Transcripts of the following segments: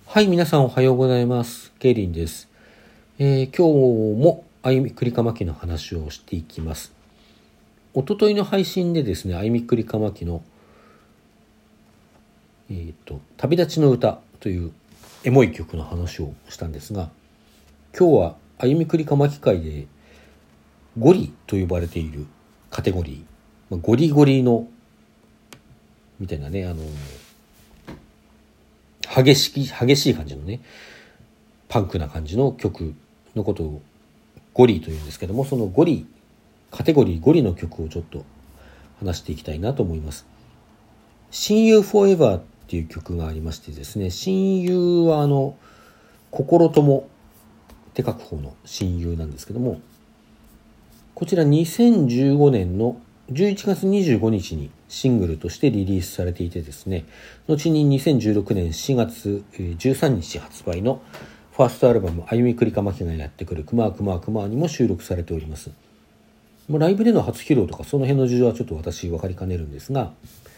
はい、皆さんおはようございます。ケイリンです。今日もあゆみくりかまきの話をしていきます。一昨日の配信でですね、あゆみくりかまきの、旅立ちの歌というエモい曲の話をしたんですが、今日はあゆみくりかまき界でゴリと呼ばれているカテゴリー、ゴリゴリのみたいなね、激しい感じのね、パンクな感じの曲のことをゴリというんですけども、そのゴリ、カテゴリーゴリの曲をちょっと話していきたいなと思います。親友 Forever っていう曲がありましてですね、親友は心友って書く方の親友なんですけども、こちら2015年の11月25日にシングルとしてリリースされていてですね、後に2016年4月13日発売のファーストアルバムあゆみくりかまきがやってくるくまくまくまにも収録されております。ライブでの初披露とかその辺の事情はちょっと私分かりかねるんですが、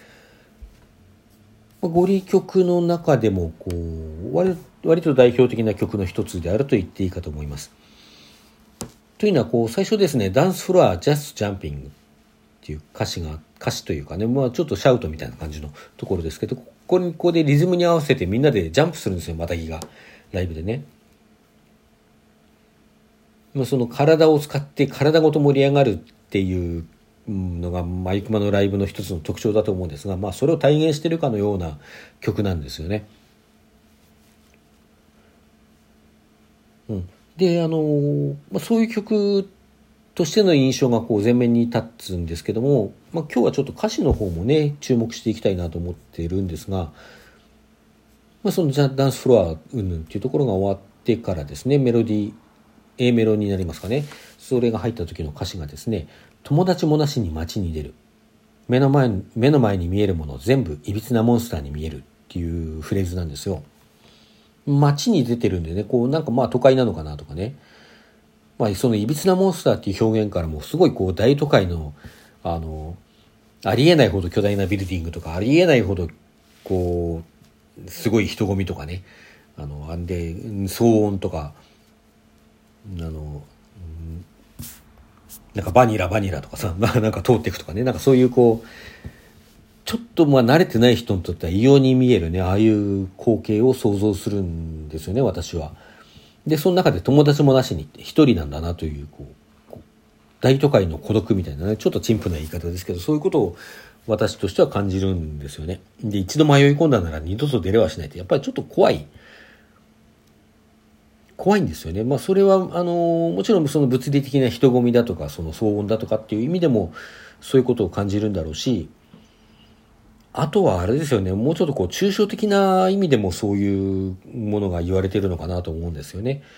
ゴリ曲の中でもこう割と代表的な曲の一つであると言っていいかと思います。というのは最初ですね、ダンスフロア just jumping っていう歌詞というかね、ちょっとシャウトみたいな感じのところですけど、ここでリズムに合わせてみんなでジャンプするんですよ、またぎがライブでね。その体を使って体ごと盛り上がるっていうのがマイクマのライブの一つの特徴だと思うんですが、それを体現しているかのような曲なんですよね。でそういう曲としての印象が前面に立つんですけども、今日はちょっと歌詞の方もね注目していきたいなと思っているんですが、そのダンスフロア云々っていうところが終わってからですね、メロディー A メロになりますかね、それが入った時の歌詞がですね、友達もなしに街に出る、目の前に見えるもの全部いびつなモンスターに見えるっていうフレーズなんですよ。街に出てるんでね、なんか都会なのかなとかね、そのいびつなモンスターっていう表現からもすごい大都会のありえないほど巨大なビルディングとか、ありえないほどすごい人混みとかね、で騒音とかなんかバニラとかさ、なんか通っていくとかね、なんかそういうちょっと慣れてない人にとっては異様に見えるね、ああいう光景を想像するんですよね、私は。でその中で友達もなしに一人なんだなという大都会の孤独みたいなね、ちょっと陳腐な言い方ですけど、そういうことを私としては感じるんですよね。で一度迷い込んだなら二度と出れはしないって、やっぱりちょっと怖いんですよね。それはもちろんその物理的な人混みだとかその騒音だとかっていう意味でもそういうことを感じるんだろうし、あとはあれですよね、もうちょっと抽象的な意味でもそういうものが言われているのかなと思うんですよね。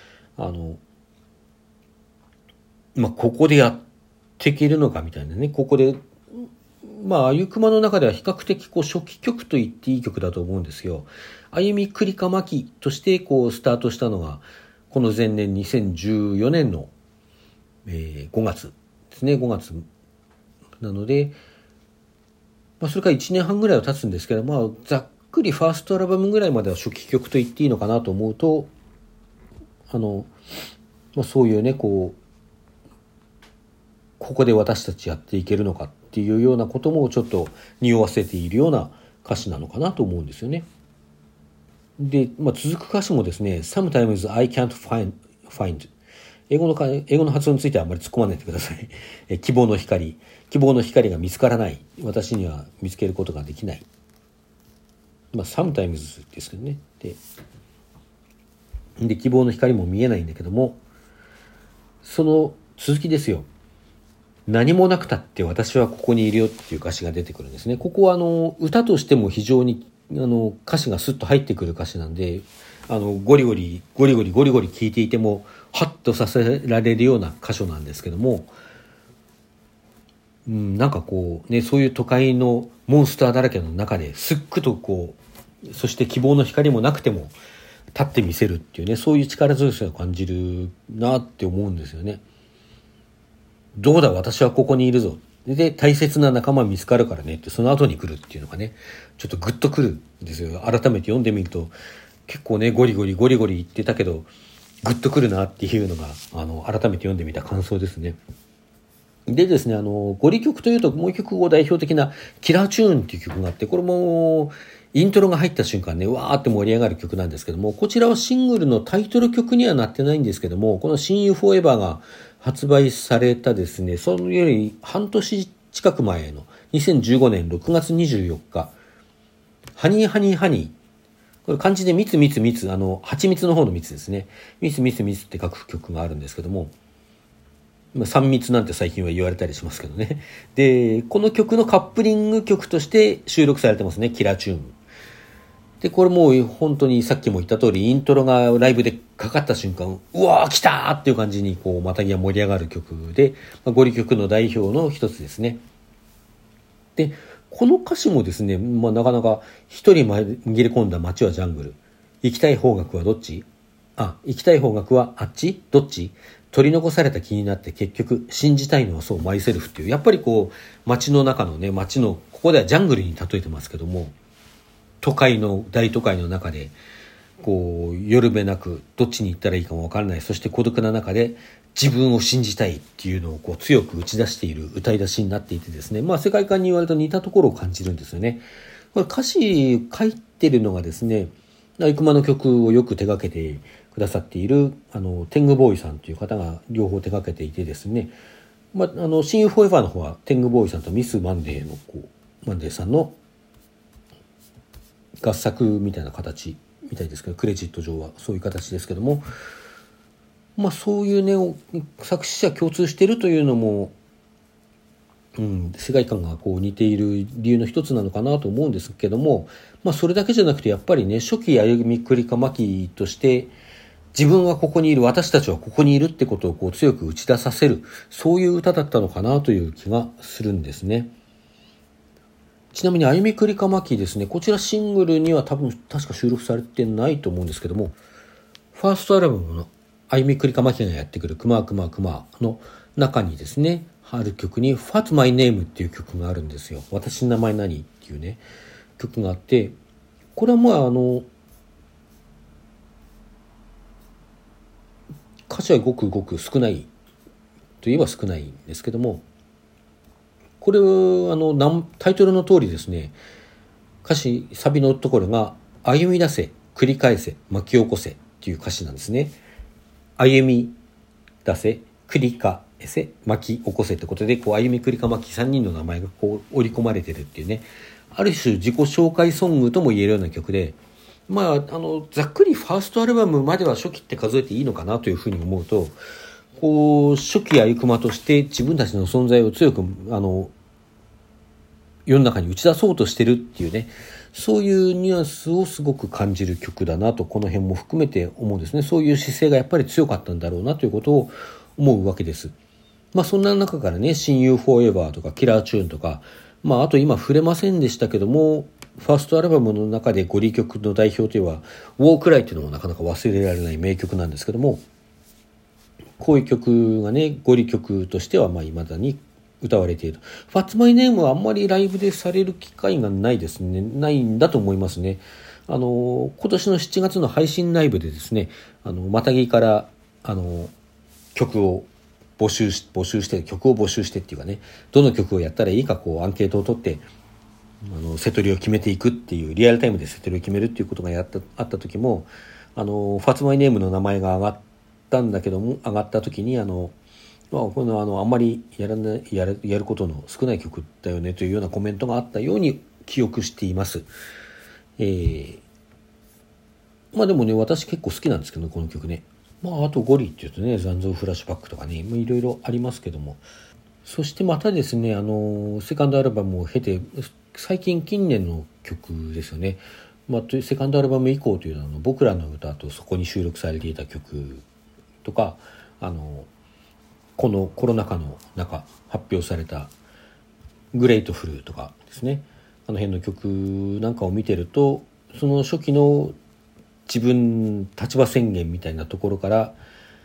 ここでやっていけるのかみたいなね、ここであゆくまの中では比較的初期曲と言っていい曲だと思うんですよ。あゆみくりかまきとしてスタートしたのがこの前年2014年の、5月ですね。5月なので、それから1年半ぐらいは経つんですけど、ざっくりファーストアルバムぐらいまでは初期曲と言っていいのかなと思うと、そういうねここで私たちやっていけるのかっていうようなこともちょっと匂わせているような歌詞なのかなと思うんですよね。で、続く歌詞もですね、Sometimes I can't find 英語の発音についてはあまり突っ込まないでください。希望の光が見つからない、私には見つけることができない。Sometimes ですけどね。で希望の光も見えないんだけども、その続きですよ。何もなくたって私はここにいるよっていう歌詞が出てくるんですね。ここは歌としても非常に歌詞がスッと入ってくる歌詞なんで、ゴリゴリ聞いていてもハッとさせられるような箇所なんですけども、なんかそういう都会のモンスターだらけの中ですっくとそして希望の光もなくても立ってみせるっていうね、そういう力強さを感じるなって思うんですよね。どうだ私はここにいるぞ、で大切な仲間見つかるからねって、その後に来るっていうのがね、ちょっとグッとくるんですよ。改めて読んでみると結構ねゴリゴリ言ってたけどグッとくるなっていうのが改めて読んでみた感想ですね。でですね、ゴリ曲というともう一曲代表的なキラーチューンっていう曲があって、これもイントロが入った瞬間ね、わーって盛り上がる曲なんですけども、こちらはシングルのタイトル曲にはなってないんですけども、この親友フォーエバーが発売されたですね、そのより半年近く前の2015年6月24日、ハニーハニーハニー。これ漢字で蜜蜜蜜、蜂蜜の方の蜜ですね。蜜蜜蜜って書く曲があるんですけども、3密なんて最近は言われたりしますけどね。で、この曲のカップリング曲として収録されてますね、キラーチューン。で、これもう本当にさっきも言った通り、イントロがライブでかかった瞬間、うわー来たーっていう感じにこう、またぎが盛り上がる曲で、ゴリ曲の代表の一つですね。で、この歌詞もですね、なかなか一人紛れ込んだ街はジャングル。行きたい方角はどっち？行きたい方角はあっち？どっち？取り残された気になって結局信じたいのはそうマイセルフっていう、やっぱりこう街の中のね、街のここではジャングルに例えてますけども、大都会の中でこう夜べなくどっちに行ったらいいかも分からない、そして孤独な中で自分を信じたいっていうのをこう強く打ち出している歌い出しになっていてですね、世界観に言われると似たところを感じるんですよね。これ歌詞書いてるのがですね、生駒の曲をよく手掛けてくださっているテングボーイさんという方が両方手掛けていてですね、親友フォーエバーの方はテングボーイさんとミス・マンデーのマンデーさんの合作みたいな形みたいですけど、クレジット上はそういう形ですけども、そういうね作詞者共通しているというのも、世界観がこう似ている理由の一つなのかなと思うんですけども、それだけじゃなくてやっぱりね、初期歩みくりかまきとして自分はここにいる、私たちはここにいるってことをこう強く打ち出させる、そういう歌だったのかなという気がするんですね。ちなみに歩みくりかまきですね、こちらシングルには確か収録されてないと思うんですけども、ファーストアルバムの歩みくりかまきがやってくるクマの中にですね、ある曲に What's My Name っていう曲があるんですよ。私の名前何っていうね曲があって、これは歌詞はごく少ないといえば少ないんですけども、これはタイトルの通りですね、歌詞サビのところが歩み出せ、繰り返せ、巻き起こせっていう歌詞なんですね。歩み出せ、繰り返せ、巻き起こせってことで、こう歩み繰りか巻き3人の名前がこう織り込まれてるっていうね、ある種自己紹介ソングとも言えるような曲で、ざっくりファーストアルバムまでは初期って数えていいのかなというふうに思うと、こう初期歩駒として自分たちの存在を強く世の中に打ち出そうとしてるっていうね、そういうニュアンスをすごく感じる曲だなと、この辺も含めて思うんですね。そういう姿勢がやっぱり強かったんだろうなということを思うわけです。そんな中からね、親友フォーエバーとかキラーチューンとか、あと今触れませんでしたけども、ファーストアルバムの中でゴリ曲の代表といえばウォークライというのもなかなか忘れられない名曲なんですけども、こういう曲がね、ゴリ曲としては未だに歌われている。What's My Name はあんまりライブでされる機会がないですね。ないんだと思いますね。今年の7月の配信ライブでですね、またぎから曲を募集してっていうかね、どの曲をやったらいいかこうアンケートを取ってセトリを決めていくっていう、リアルタイムでセトリを決めるっていうことがあった時も、What's My Name の名前が上がったんだけども、上がった時にこのあんまりやることの少ない曲だよねというようなコメントがあったように記憶しています。でもね、私結構好きなんですけど、この曲ね。あとゴリっていうとね、残像フラッシュバックとかね、いろいろありますけども、そしてまたですね、セカンドアルバムを経て近年の曲ですよね。セカンドアルバム以降というのは僕らの歌とそこに収録されていた曲とか、このコロナ禍の中発表されたグレートフルとかですね、あの辺の曲なんかを見てると、その初期の自分立場宣言みたいなところから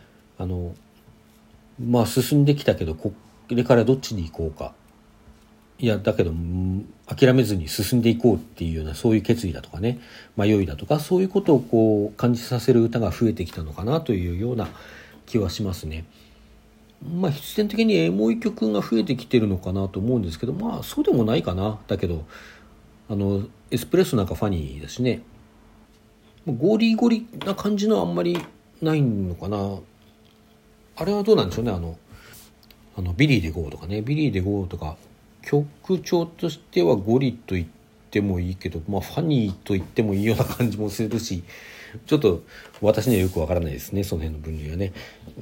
進んできたけどこれからどっちに行こうか、 いやだけど諦めずに進んでいこうっていうようなそういう決意だとかね、迷いだとかそういうことをこう感じさせる歌が増えてきたのかなというような気はしますね。必然的にエモい曲が増えてきてるのかなと思うんですけど、そうでもないかな。だけどエスプレッソなんかファニーだしね、ゴリゴリな感じのあんまりないのかな。あれはどうなんでしょうね。ビリーでゴーとかね、ビリーでゴーとか曲調としてはゴリと言ってもいいけど、ファニーと言ってもいいような感じもするし、ちょっと私にはよくわからないですね、その辺の分類はね。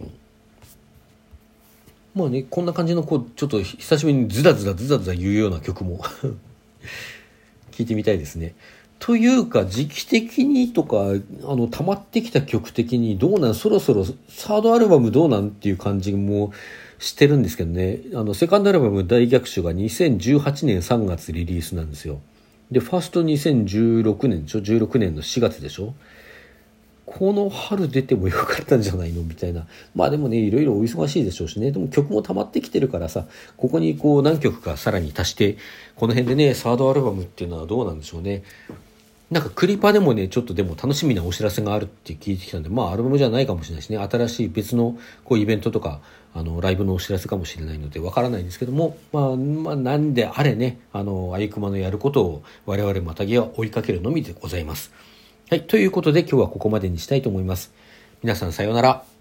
こんな感じのちょっと久しぶりにズダズダ言うような曲も聞いてみたいですね。というか時期的にとか溜まってきた曲的にどうなん、そろそろサードアルバムどうなんっていう感じもしてるんですけどね。セカンドアルバム大逆襲が2018年3月リリースなんですよ。でファースト2016年でしょ、16年の4月でしょ。この春出てもよかったんじゃないのみたいな。でもね、いろいろお忙しいでしょうしね。でも曲も溜まってきてるからさ、ここに何曲かさらに足して、この辺でね、サードアルバムっていうのはどうなんでしょうね。なんかクリパでもね、ちょっとでも楽しみなお知らせがあるって聞いてきたんで、アルバムじゃないかもしれないしね、新しい別のイベントとか、ライブのお知らせかもしれないのでわからないんですけども、なんであれね、あゆくまのやることを我々またぎは追いかけるのみでございます。はい、ということで今日はここまでにしたいと思います。皆さんさようなら。